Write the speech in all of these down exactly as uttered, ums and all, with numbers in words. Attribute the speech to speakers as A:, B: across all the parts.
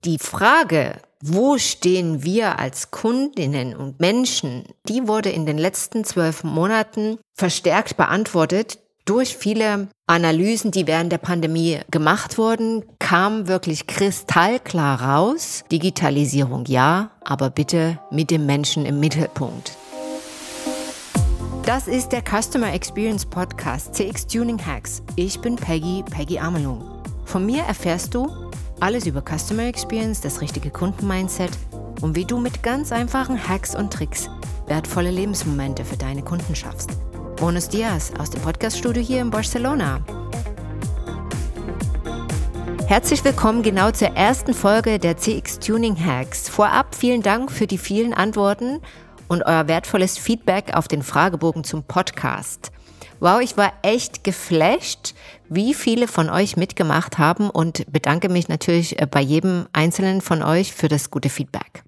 A: Die Frage, wo stehen wir als Kundinnen und Menschen, die wurde in den letzten zwölf Monaten verstärkt beantwortet durch viele Analysen, die während der Pandemie gemacht wurden, kam wirklich kristallklar raus. Digitalisierung ja, aber bitte mit dem Menschen im Mittelpunkt. Das ist der Customer Experience Podcast C X Tuning Hacks. Ich bin Peggy, Peggy Amelung. Von mir erfährst du alles über Customer Experience, das richtige Kundenmindset und wie du mit ganz einfachen Hacks und Tricks wertvolle Lebensmomente für deine Kunden schaffst. Buenos dias aus dem Podcaststudio hier in Barcelona. Herzlich willkommen genau zur ersten Folge der C X Tuning Hacks. Vorab vielen Dank für die vielen Antworten und euer wertvolles Feedback auf den Fragebogen zum Podcast. Wow, ich war echt geflasht, wie viele von euch mitgemacht haben und bedanke mich natürlich bei jedem einzelnen von euch für das gute Feedback.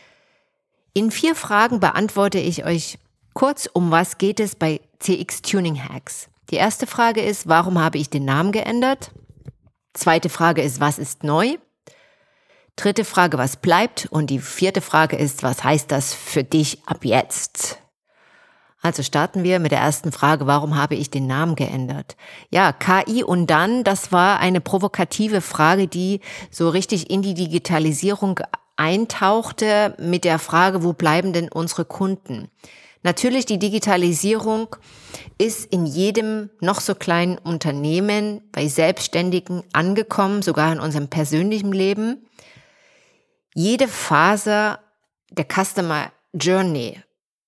A: In vier Fragen beantworte ich euch kurz, um was geht es bei C X Tuning Hacks. Die erste Frage ist, warum habe ich den Namen geändert? Zweite Frage ist, was ist neu? Dritte Frage, was bleibt? Und die vierte Frage ist, was heißt das für dich ab jetzt? Also starten wir mit der ersten Frage, warum habe ich den Namen geändert? Ja, K I und dann, das war eine provokative Frage, die so richtig in die Digitalisierung eintauchte mit der Frage, wo bleiben denn unsere Kunden? Natürlich, die Digitalisierung ist in jedem noch so kleinen Unternehmen, bei Selbstständigen angekommen, sogar in unserem persönlichen Leben. Jede Phase der Customer Journey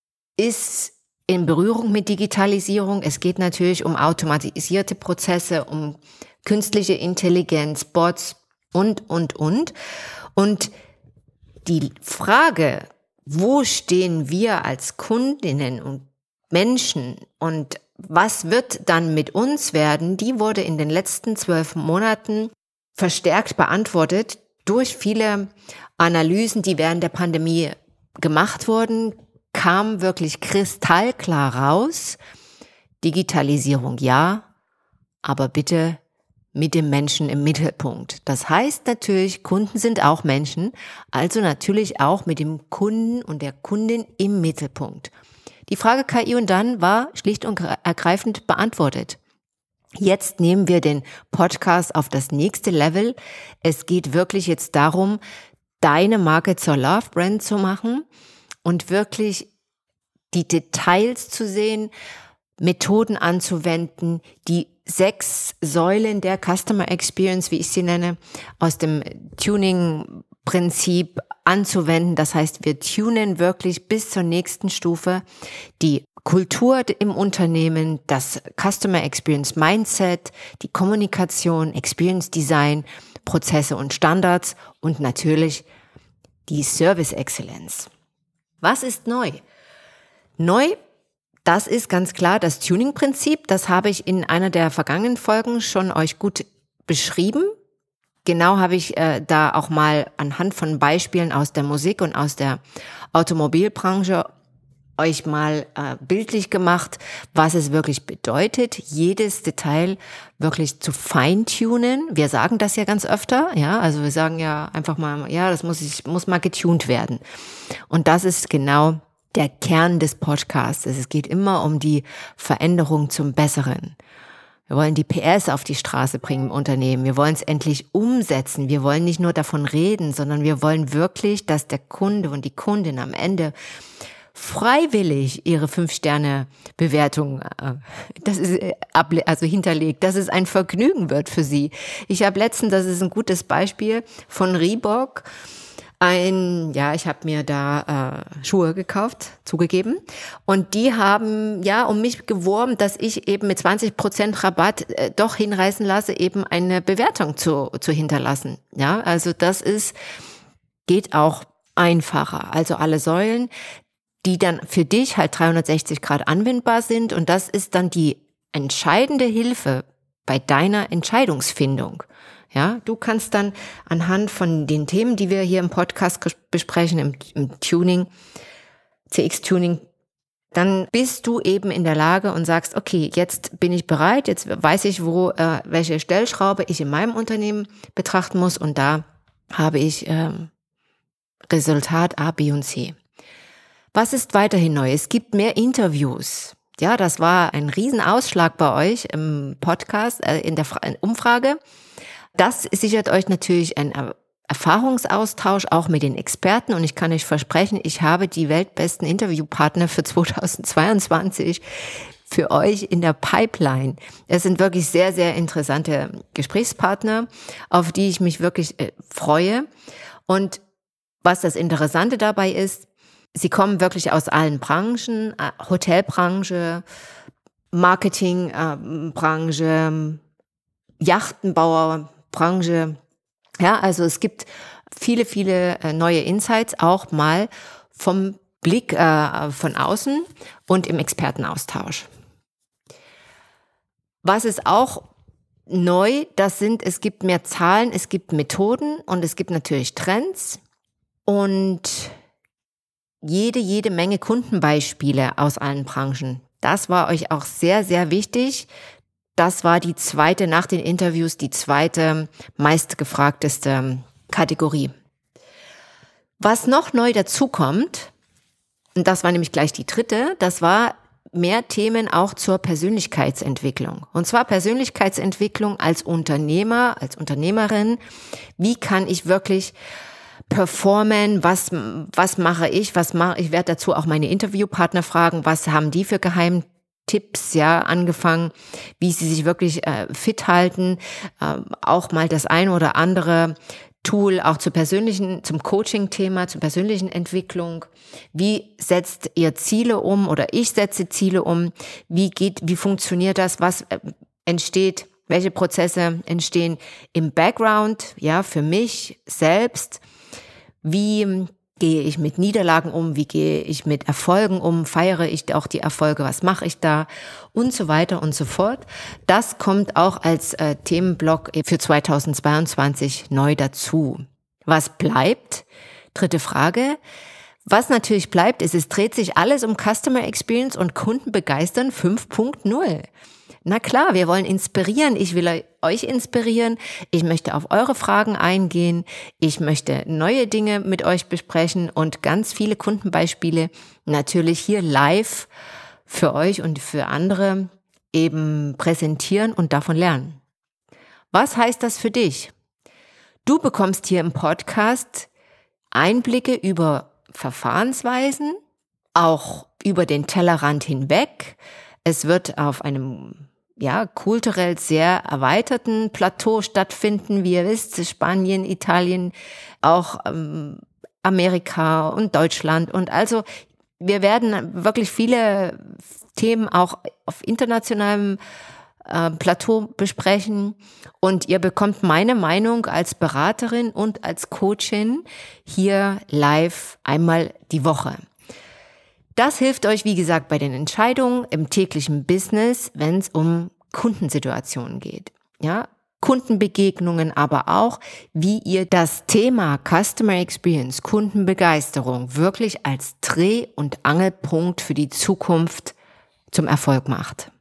A: ist in Berührung mit Digitalisierung. Es geht natürlich um automatisierte Prozesse, um künstliche Intelligenz, Bots und, und, und. Und die Frage, wo stehen wir als Kundinnen und Menschen und was wird dann mit uns werden, die wurde in den letzten zwölf Monaten verstärkt beantwortet durch viele Analysen, die während der Pandemie gemacht wurden, kam wirklich kristallklar raus. Digitalisierung ja, aber bitte mit dem Menschen im Mittelpunkt. Das heißt natürlich, Kunden sind auch Menschen, also natürlich auch mit dem Kunden und der Kundin im Mittelpunkt. Die Frage K I und dann war schlicht und ergreifend beantwortet. Jetzt nehmen wir den Podcast auf das nächste Level. Es geht wirklich jetzt darum, deine Marke zur Love Brand zu machen und wirklich die Details zu sehen, Methoden anzuwenden, die sechs Säulen der Customer Experience, wie ich sie nenne, aus dem Tuning-Prinzip anzuwenden. Das heißt, wir tunen wirklich bis zur nächsten Stufe die Kultur im Unternehmen, das Customer Experience Mindset, die Kommunikation, Experience Design, Prozesse und Standards und natürlich die Service Exzellenz. Was ist neu? Neu, das ist ganz klar das Tuning-Prinzip. Das habe ich in einer der vergangenen Folgen schon euch gut beschrieben. Genau habe ich äh, da auch mal anhand von Beispielen aus der Musik und aus der Automobilbranche euch mal äh, bildlich gemacht, was es wirklich bedeutet, jedes Detail wirklich zu feintunen. Wir sagen das ja ganz öfter, ja, also wir sagen ja einfach mal, ja, das muss ich, muss mal getuned werden. Und das ist genau der Kern des Podcasts. Es geht immer um die Veränderung zum Besseren. Wir wollen die P S auf die Straße bringen im Unternehmen. Wir wollen es endlich umsetzen. Wir wollen nicht nur davon reden, sondern wir wollen wirklich, dass der Kunde und die Kundin am Ende freiwillig ihre Fünf-Sterne-Bewertung äh, das ist äh, also hinterlegt, dass es ein Vergnügen wird für sie. Ich habe letztens, das ist ein gutes Beispiel, von Reebok, ein, ja, ich habe mir da äh, Schuhe gekauft, zugegeben. Und die haben ja um mich geworben, dass ich eben mit zwanzig Prozent Rabatt äh, doch hinreißen lasse, eben eine Bewertung zu, zu hinterlassen. Ja, also das ist, geht auch einfacher. Also alle Säulen, die dann für dich halt dreihundertsechzig Grad anwendbar sind. Und das ist dann die entscheidende Hilfe bei deiner Entscheidungsfindung. Ja, du kannst dann anhand von den Themen, die wir hier im Podcast besprechen, im, im Tuning, C X Tuning, dann bist du eben in der Lage und sagst, okay, jetzt bin ich bereit, jetzt weiß ich, wo äh, welche Stellschraube ich in meinem Unternehmen betrachten muss und da habe ich ähm, Resultat A, B und C. Was ist weiterhin neu? Es gibt mehr Interviews. Ja, das war ein Riesenausschlag bei euch im Podcast, äh, in der Fra- Umfrage. Das sichert euch natürlich ein Erfahrungsaustausch auch mit den Experten und ich kann euch versprechen, ich habe die weltbesten Interviewpartner für zweitausendzweiundzwanzig für euch in der Pipeline. Es sind wirklich sehr, sehr interessante Gesprächspartner, auf die ich mich wirklich äh, freue. Und was das Interessante dabei ist, sie kommen wirklich aus allen Branchen, äh, Hotelbranche, Marketingbranche, äh, Yachtenbauerbranche. Ja, also es gibt viele, viele äh, neue Insights, auch mal vom Blick äh, von außen und im Expertenaustausch. Was ist auch neu, das sind, es gibt mehr Zahlen, es gibt Methoden und es gibt natürlich Trends und jede, jede Menge Kundenbeispiele aus allen Branchen. Das war euch auch sehr, sehr wichtig. Das war die zweite, nach den Interviews, die zweite meistgefragteste Kategorie. Was noch neu dazu kommt, und das war nämlich gleich die dritte, das war mehr Themen auch zur Persönlichkeitsentwicklung. Und zwar Persönlichkeitsentwicklung als Unternehmer, als Unternehmerin. Wie kann ich wirklich performen? Was, was mache ich? Was mache ich? Ich werde dazu auch meine Interviewpartner fragen, was haben die für Geheimtipps, ja, angefangen, wie sie sich wirklich äh, fit halten, äh, auch mal das ein oder andere Tool auch zur persönlichen, zum Coaching-Thema, zur persönlichen Entwicklung. Wie setzt ihr Ziele um oder ich setze Ziele um? Wie geht, wie funktioniert das? Was äh, entsteht? Welche Prozesse entstehen im Background? Ja, für mich selbst. Wie gehe ich mit Niederlagen um? Wie gehe ich mit Erfolgen um? Feiere ich auch die Erfolge? Was mache ich da? Und so weiter und so fort. Das kommt auch als äh, Themenblock für zweitausendzweiundzwanzig neu dazu. Was bleibt? Dritte Frage. Was natürlich bleibt, ist, es dreht sich alles um Customer Experience und Kunden begeistern fünf Punkt null. Na klar, wir wollen inspirieren. Ich will euch inspirieren. Ich möchte auf eure Fragen eingehen. Ich möchte neue Dinge mit euch besprechen und ganz viele Kundenbeispiele natürlich hier live für euch und für andere eben präsentieren und davon lernen. Was heißt das für dich? Du bekommst hier im Podcast Einblicke über Verfahrensweisen, auch über den Tellerrand hinweg. Es wird auf einem ja, kulturell sehr erweiterten Plateau stattfinden, wie ihr wisst, Spanien, Italien, auch ähm, Amerika und Deutschland. Und also wir werden wirklich viele Themen auch auf internationalem äh, Plateau besprechen. Und ihr bekommt meine Meinung als Beraterin und als Coachin hier live einmal die Woche. Das hilft euch, wie gesagt, bei den Entscheidungen im täglichen Business, wenn es um Kundensituationen geht. Ja, Kundenbegegnungen, aber auch, wie ihr das Thema Customer Experience, Kundenbegeisterung wirklich als Dreh- und Angelpunkt für die Zukunft zum Erfolg macht.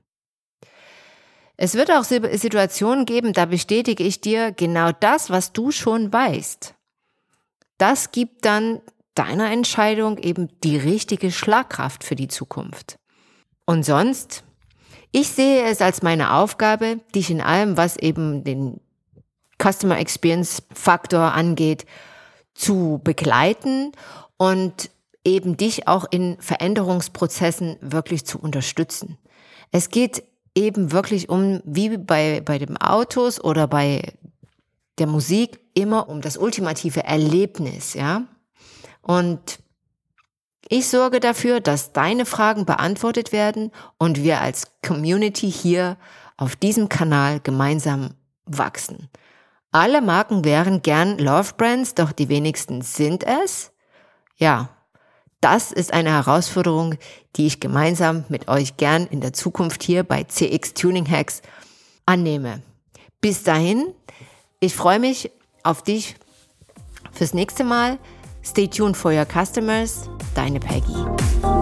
A: Es wird auch Situationen geben, da bestätige ich dir genau das, was du schon weißt. Das gibt dann deiner Entscheidung eben die richtige Schlagkraft für die Zukunft. Und sonst, ich sehe es als meine Aufgabe, dich in allem, was eben den Customer Experience Faktor angeht, zu begleiten und eben dich auch in Veränderungsprozessen wirklich zu unterstützen. Es geht eben wirklich um, wie bei, bei den Autos oder bei der Musik, immer um das ultimative Erlebnis, ja. Und ich sorge dafür, dass deine Fragen beantwortet werden und wir als Community hier auf diesem Kanal gemeinsam wachsen. Alle Marken wären gern Love Brands, doch die wenigsten sind es. Ja, das ist eine Herausforderung, die ich gemeinsam mit euch gern in der Zukunft hier bei C X Tuning Hacks annehme. Bis dahin, ich freue mich auf dich fürs nächste Mal. Stay tuned for your customers, deine Peggy.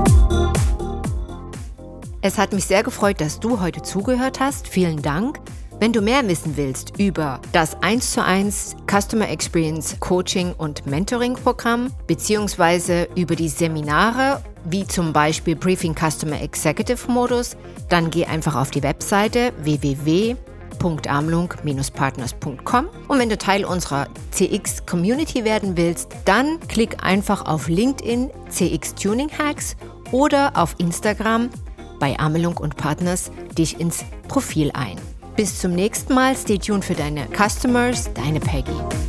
A: Es hat mich sehr gefreut, dass du heute zugehört hast. Vielen Dank. Wenn du mehr wissen willst über das eins zu eins Customer Experience Coaching und Mentoring Programm beziehungsweise über die Seminare, wie zum Beispiel Briefing Customer Executive Modus, dann geh einfach auf die Webseite w w w punkt amlung Bindestrich partners punkt com und wenn du Teil unserer C X Community werden willst, dann klick einfach auf LinkedIn C X Tuning Hacks oder auf Instagram bei Amelung und Partners dich ins Profil ein. Bis zum nächsten Mal. Stay tuned für deine Customers. Deine Peggy.